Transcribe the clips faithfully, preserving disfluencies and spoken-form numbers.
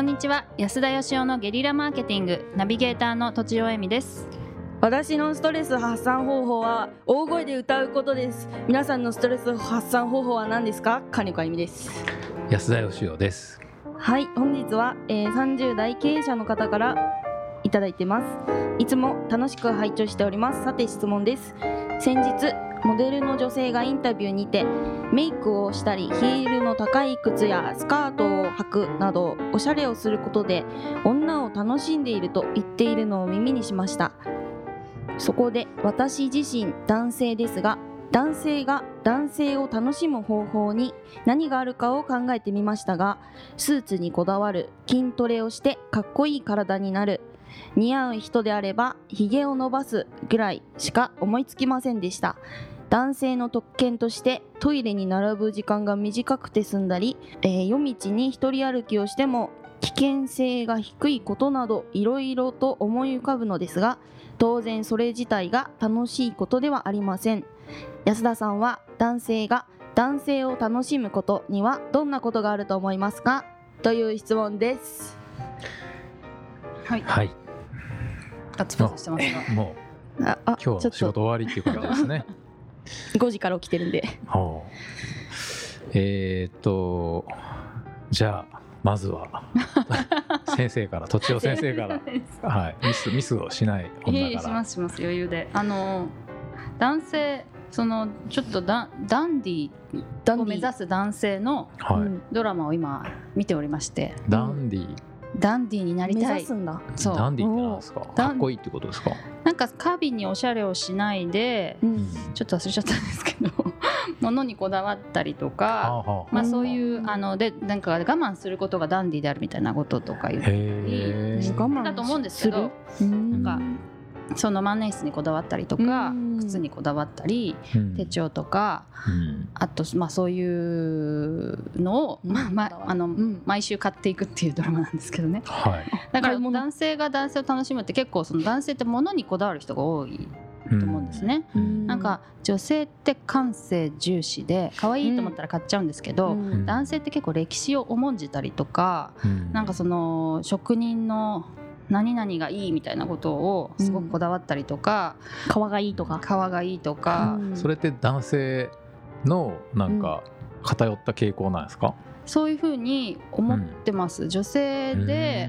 んにちは。安田義雄のゲリラマーケティングナビゲーターの土地尾恵美です。 私のストレス発散方法は大声で歌うことです。皆さんのストレス発散方法は何ですか？金子あゆみです。 安田義雄です。 はい、本日は、えー、さんじゅう代経営者の方からいただいてます。いつも楽しく拝聴しております。さて質問です。先日モデルの女性がインタビューにてメイクをしたりヒールの高い靴やスカートを履くなどおしゃれをすることで女を楽しんでいると言っているのを耳にしました。そこで私自身男性ですが、男性が男性を楽しむ方法に何があるかを考えてみましたが、スーツにこだわる、筋トレをしてかっこいい体になる、似合う人であればひげを伸ばすぐらいしか思いつきませんでした。男性の特権としてトイレに並ぶ時間が短くて済んだり、えー、夜道に一人歩きをしても危険性が低いことなどいろいろと思い浮かぶのですが、当然それ自体が楽しいことではありません。安田さんは男性が男性を楽しむことにはどんなことがあると思いますか？という質問です。 はい、 はい、 ガッツポーズしてますがもうああ今日の仕事終わりっていう感じですね。 ごじから起きてるんでほうえー、っとじゃあまずは先生から土地尾先生から、はい、ミスミスをしない女から。 いいしますします余裕で。あの男性そのちょっとダダンディを目指す男性のドラマを今見ておりまして、 ダンディダンディになりたい。 目指すんだ。 そうダンディって何ですか？かっこいいってことですか？ なんか過敏におしゃれをしないで、うん、ちょっと忘れちゃったんですけど物にこだわったりとか、はあはあ、まあ、そういうあのでなんか我慢することがダンディであるみたいなこととか言ってだと思うんですけど、なんかその万年筆にこだわったりとか、靴にこだわったり、手帳とか、あとまあそういうのを、ままあの毎週買っていくっていうドラマなんですけどね、はい、だから男性が男性を楽しむって結構その男性って物にこだわる人が多いと思うんですね。なんか女性って感性重視で可愛いと思ったら買っちゃうんですけど、男性って結構歴史を重んじたりとか、なんかその職人の何々がいいみたいなことをすごくこだわったりとか、 うん、皮がいいとか皮がいいとか、 うん、それって男性のなんか偏った傾向なんですか？ そういうふうに思ってます、うん、女性で、うん、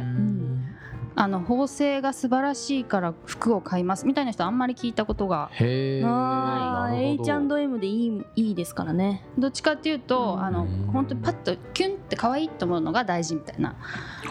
あの縫製が素晴らしいから服を買いますみたいな人あんまり聞いたことがへー、エイチアンドエム でいい、いいですからね。 どっちかっていうと、うん、あの本当にパッとキュンって可愛いと思うのが大事みたいな、うん、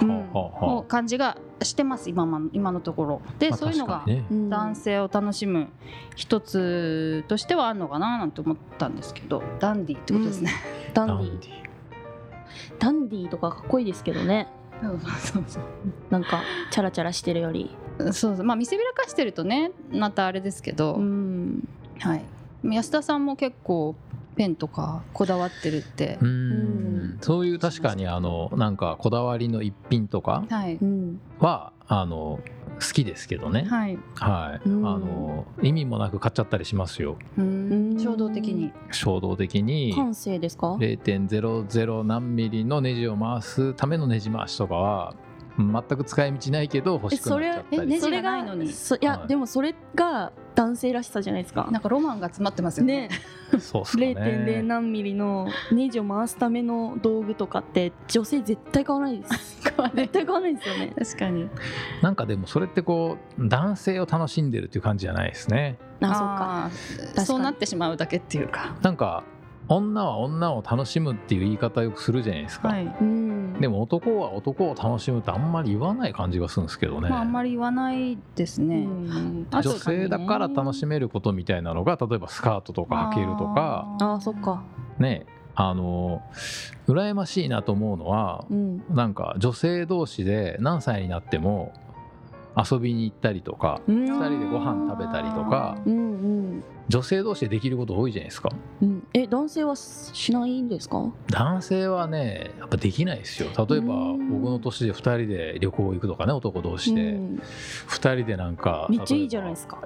感じがしてます 今, 今のところで、まあ、そういうのが男性を楽しむ一つとしてはあるのかななんて思ったんですけど、ダンディってことですね、 うん、ダンディダンディとかかっこいいですけどね。 そうそうそう、 なんかチャラチャラしてるより、 そうそう、まあ見せびらかしてるとねまたあれですけど、うん、はい、安田さんも結構ペンとかこだわってるって。 うーん、そういう確かにあのなんかこだわりの一品とかは、あの好きですけどね、はいはい、あの意味もなく買っちゃったりしますよ。 うーん、衝動的に衝動的に感性ですか？ ゼロてんゼロゼロ 何ミリのネジを回すためのネジ回しとかは全く使い道ないけど欲しくなっちゃったり。 ネジがないのに、 そいや、はい、でもそれが男性らしさじゃないですか。 なんかロマンが詰まってますよね。 そうっすかね。 ゼロてんゼロ 何ミリのネジを回すための道具とかって女性絶対買わないです絶対買わないですよね。 確かに。 なんかでもそれってこう男性を楽しんでるっていう感じじゃないですね。 あ、そうか、そうなってしまうだけっていうか、 なんか女は女を楽しむっていう言い方よくするじゃないですか、はい、うん、でも男は男を楽しむってあんまり言わない感じがするんですけどね、 まあ、あんまり言わないですね、うん、 女性だから楽しめることみたいなのが例えばスカートとか履けるとか、 ああ、そっかね、あの羨ましいなと思うのは、うん、なんか女性同士で何歳になっても遊びに行ったりとか、うん、ふたりでご飯食べたりとか、うんうん、女性同士でできること多いじゃないですか、 うん、え男性はしないんですか？ 男性はねやっぱできないですよ。例えば僕の年でふたりで旅行行くとかね、男同士で、うん、ふたりでなんかめっちゃいいじゃないですか。 え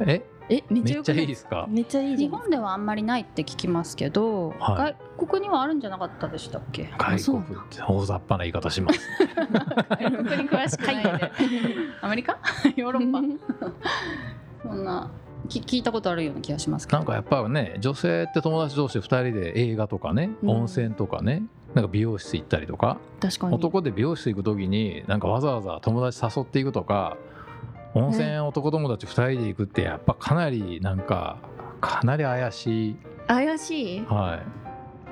えめっちゃめっちゃいいですか？ めっちゃいいじゃん。 日本ではあんまりないって聞きますけど、はい、外国にはあるんじゃなかったでしたっけ？ 外国って大雑把な言い方します、ね、 外国に詳しくないんでアメリカヨーロッパそんな聞いたことあるような気がしますけど、 なんかやっぱりね、女性って友達同士ふたりで映画とかね、温泉とかね、なんか美容室行ったりとか、 確かに男で美容室行く時になんかわざわざ友達誘っていくとか、温泉男友達ふたりで行くってやっぱかなりなんかかなり怪しい怪しい、 はい、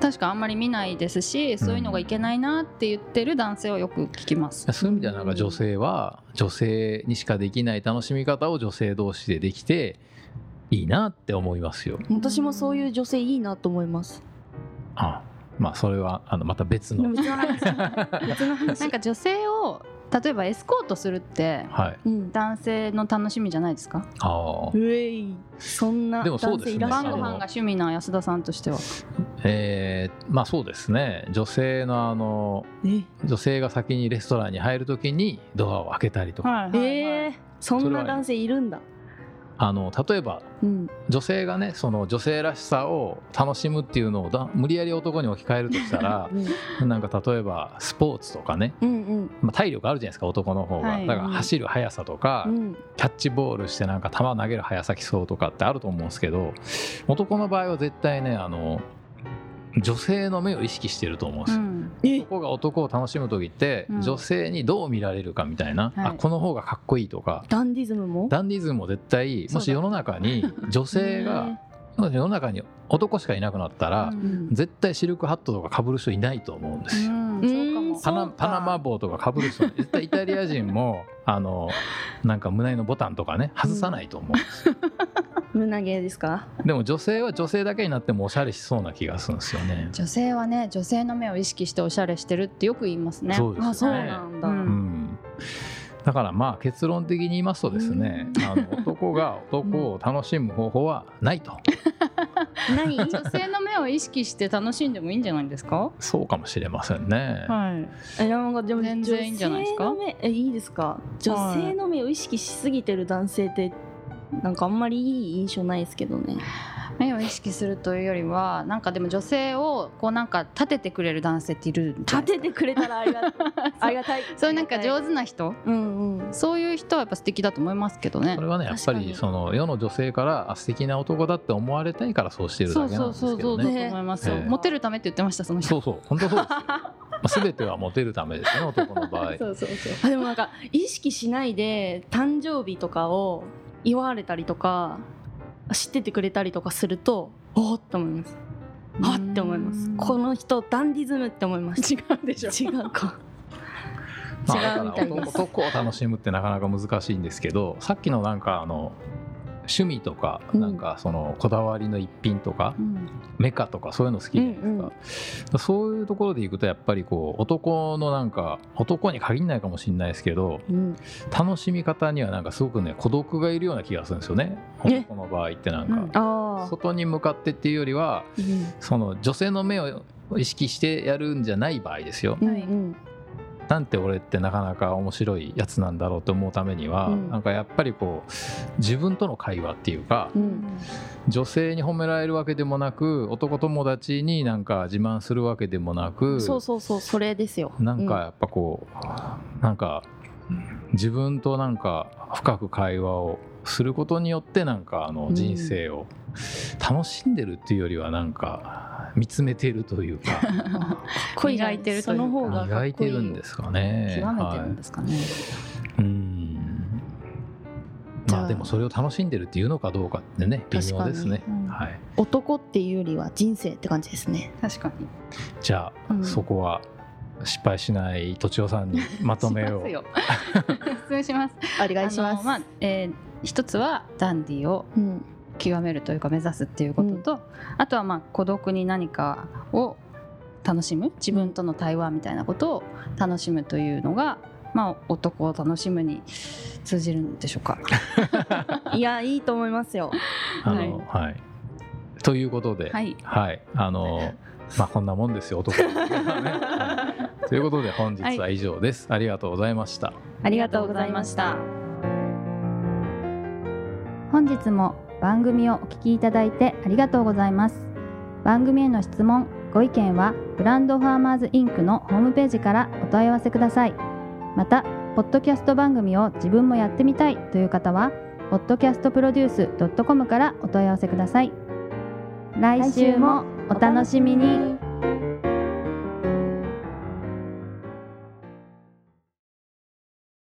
確かあんまり見ないですし、そういうのがいけないなって言ってる男性はよく聞きます、 うん、そういう意味ではなんか女性は女性にしかできない楽しみ方を女性同士でできていいなって思いますよ。 私もそういう女性いいなと思います。 あ、まあそれはあのまた別の別の話別の話なんか女性を例えばエスコートするって、はい、男性の楽しみじゃないですか？ あうえい、そんな男性いらっしゃる。 晩ご飯が趣味な安田さんとしては、 えー、まあそうですね、女性のあの女性が先にレストランに入るときにドアを開けたりとか、 はいはいはい、えー、そんな男性いるんだ。 あの例えば、うん、女性がねその女性らしさを楽しむっていうのをだ無理やり男に置き換えるとしたら、うん、なんか例えばスポーツとかね、うんうんまあ、体力あるじゃないですか男の方が、はい、だから走る速さとか、うん、キャッチボールしてなんか球投げる速さ競うとかってあると思うんですけど、男の場合は絶対ねあの女性の目を意識してると思うんですよ、うん、男が男を楽しむ時って、うん、女性にどう見られるかみたいな、はい、あこの方がかっこいいとか、 ダンディズムもダンディズムも絶対もし世の中に女性が世の中に男しかいなくなったら、うん、絶対シルクハットとか被る人いないと思うんですよ、うんそうかもパナ、パナマ帽とか被る人絶対イタリア人もあのなんか胸のボタンとかね外さないと思うんですよ、 うん、胸毛ですか？ でも女性は女性だけになってもおしゃれしそうな気がするんですよね。 女性はね女性の目を意識しておしゃれしてるってよく言いますね。 そうですね。 あ、そうなんだ、うんうんだからまあ結論的に言いますとですね、あの男が男を楽しむ方法はないと何女性の目を意識して楽しんでもいいんじゃないですか？ そうかもしれませんね、 はい、 えなんかでも全然いいんじゃないですか？ えいいですか？女性の目を意識しすぎてる男性ってなんかあんまりいい印象ないですけどね。 目を意識するというよりはなんかでも女性をこうなんか立ててくれる男性っているんじゃないですか？ 立ててくれたらありがありがたいそういうなんか上手な人、うんうん、そういう人はやっぱ素敵だと思いますけどね。 それはねやっぱりその世の女性から素敵な男だって思われたいからそうしてるだけなんですけどね。そうそうそうそうだと思いますよ、えー、 モテるためって言ってましたその人。 そうそう本当そうですよまあ全てはモテるためですね男の場合そうそうそうあでもなんか意識しないで誕生日とかを祝われたりとか知っててくれたりとかするとおーって思います。はって思います。この人ダンディズムって思います。 違うでしょ。 違うかまあ、違うみたいです。男を楽しむってなかなか難しいんですけど、さっきのなんかあの趣味とか、うん、なんかそのこだわりの一品とか、うん、メカとかそういうの好きじゃないですか、うんうん、そういうところでいくとやっぱりこう男のなんか男に限らないかもしれないですけど、うん、楽しみ方にはなんかすごくね孤独がいるような気がするんですよね男の場合ってなんか、うん、外に向かってっていうよりは、うん、その女性の目を意識してやるんじゃない場合ですよ、うんうんなんて俺ってなかなか面白いやつなんだろうと思うためには、うん、なんかやっぱりこう自分との会話っていうか、うん、女性に褒められるわけでもなく男友達になんか自慢するわけでもなくそうそうそうそれですよなんかやっぱこう、うん、なんか自分となんか深く会話をすることによってなんかあの人生を楽しんでるっていうよりはなんか見つめてるというか磨いてるというか磨いてるんですかね極めてるんですかね、はい、 うんまあでもそれを楽しんでるっていうのかどうかってね微妙ですね、うんはい、 男っていうよりは人生って感じですね。 確かに。 じゃあ、うん、そこは失敗しないとちおさんにまとめを失礼しますお願いします。 まあえー、一つはダンディを、うん極めるというか目指すっていうことと、うん、あとはまあ孤独に何かを楽しむ自分との対話みたいなことを楽しむというのが、まあ、男を楽しむに通じるんでしょうかいやいいと思いますよあの、はいはい、ということで、はいはい、あのまあこんなもんですよ男は、ねはい、ということで本日は以上です、はい、ありがとうございました。 ありがとうございました。 本日も番組をお聞きいただいてありがとうございます。番組への質問ご意見はブランドファーマーズインクのホームページからお問い合わせください。またポッドキャスト番組を自分もやってみたいという方はポッドキャストプロデュース ドットコム からお問い合わせください。来週もお楽しみに。